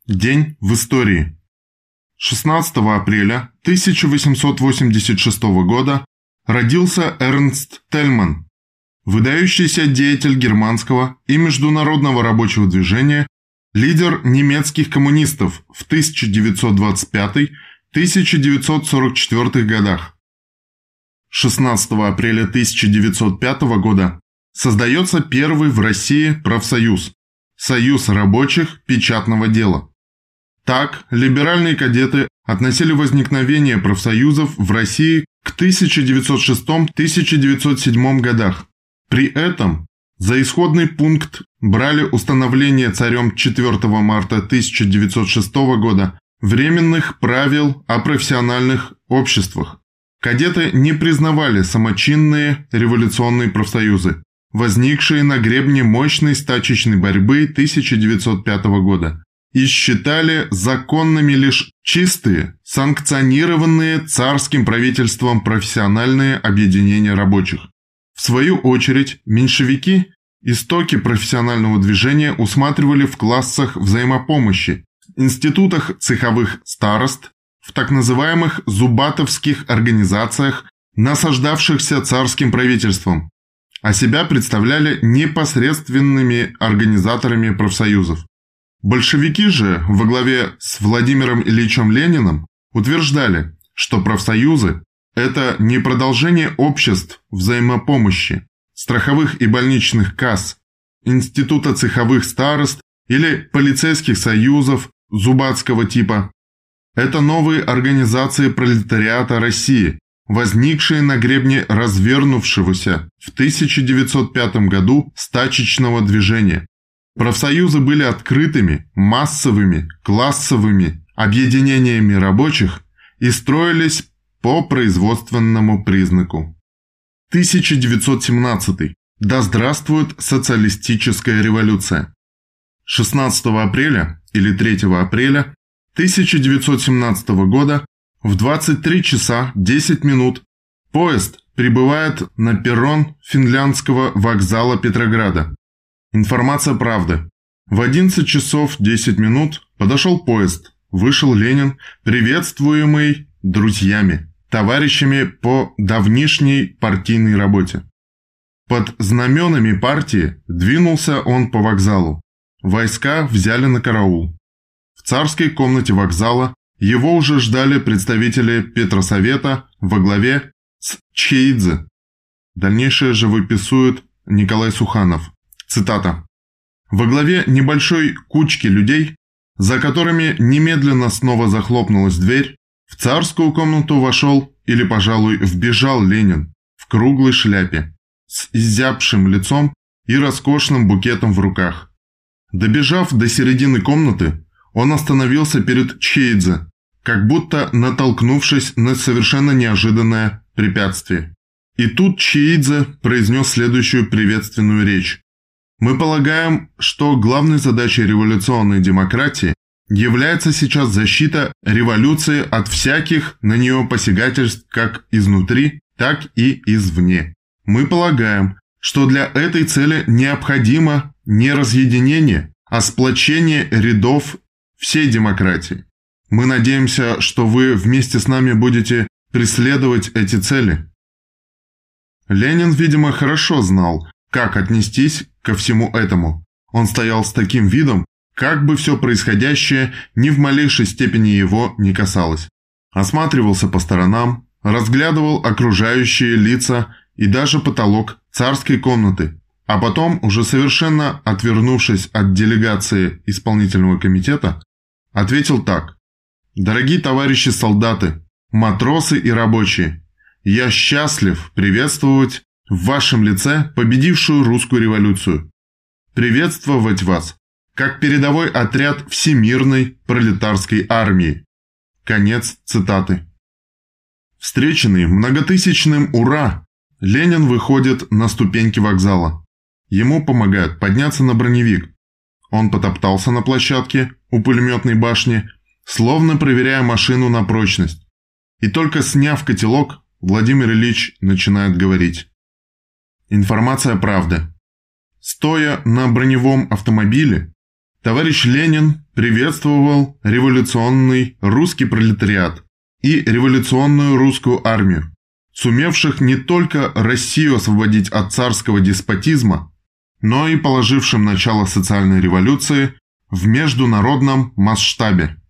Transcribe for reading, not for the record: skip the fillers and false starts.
День в истории. 16 апреля 1886 года родился Эрнст Тельман, выдающийся деятель германского и международного рабочего движения, лидер немецких коммунистов в 1925-1944 годах. 16 апреля 1905 года создается первый в России профсоюз – Союз рабочих печатного дела. Так, либеральные кадеты относили возникновение профсоюзов в России к 1906-1907 годах. При этом за исходный пункт брали установление царем 4 марта 1906 года временных правил о профессиональных обществах. Кадеты не признавали самочинные революционные профсоюзы, возникшие на гребне мощной стачечной борьбы 1905 года, и считали законными лишь чистые, санкционированные царским правительством профессиональные объединения рабочих. В свою очередь, меньшевики истоки профессионального движения усматривали в классах взаимопомощи, институтах цеховых старост, в так называемых зубатовских организациях, насаждавшихся царским правительством, а себя представляли непосредственными организаторами профсоюзов. Большевики же во главе с Владимиром Ильичем Лениным утверждали, что профсоюзы – это не продолжение обществ взаимопомощи, страховых и больничных касс, института цеховых старост или полицейских союзов зубатского типа. Это новые организации пролетариата России, возникшие на гребне развернувшегося в 1905 году стачечного движения. Профсоюзы были открытыми, массовыми, классовыми объединениями рабочих и строились по производственному признаку. 1917. Да здравствует социалистическая революция. 16 апреля или 3 апреля 1917 года в 23 часа 10 минут поезд прибывает на перрон финляндского вокзала Петрограда. Информация правды. В 11 часов 10 минут подошел поезд. Вышел Ленин, приветствуемый друзьями, товарищами по давнишней партийной работе. Под знаменами партии двинулся он по вокзалу. Войска взяли на караул. В царской комнате вокзала его уже ждали представители Петросовета во главе с Чхеидзе. Дальнейшее же выписывает Николай Суханов. Цитата. «Во главе небольшой кучки людей, за которыми немедленно снова захлопнулась дверь, в царскую комнату вошел или, пожалуй, вбежал Ленин в круглой шляпе, с изябшим лицом и роскошным букетом в руках. Добежав до середины комнаты, он остановился перед Чхеидзе, как будто натолкнувшись на совершенно неожиданное препятствие. И тут Чхеидзе произнес следующую приветственную речь. Мы полагаем, что главной задачей революционной демократии является сейчас защита революции от всяких на нее посягательств как изнутри, так и извне. Мы полагаем, что для этой цели необходимо не разъединение, а сплочение рядов всей демократии. Мы надеемся, что вы вместе с нами будете преследовать эти цели». Ленин, видимо, хорошо знал, как отнестись ко всему этому. Он стоял с таким видом, как бы все происходящее ни в малейшей степени его не касалось. Осматривался по сторонам, разглядывал окружающие лица и даже потолок царской комнаты, а потом, уже совершенно отвернувшись от делегации исполнительного комитета, ответил так. «Дорогие товарищи солдаты, матросы и рабочие, я счастлив приветствовать в вашем лице победившую русскую революцию. Приветствовать вас, как передовой отряд всемирной пролетарской армии». Конец цитаты. Встреченный многотысячным «Ура!», Ленин выходит на ступеньки вокзала. Ему помогают подняться на броневик. Он потоптался на площадке у пулеметной башни, словно проверяя машину на прочность. И только сняв котелок, Владимир Ильич начинает говорить. Информация правды. Стоя на броневом автомобиле, Товарищ Ленин приветствовал революционный русский пролетариат и революционную русскую армию, сумевших не только Россию освободить от царского деспотизма, но и положившим начало социальной революции в международном масштабе.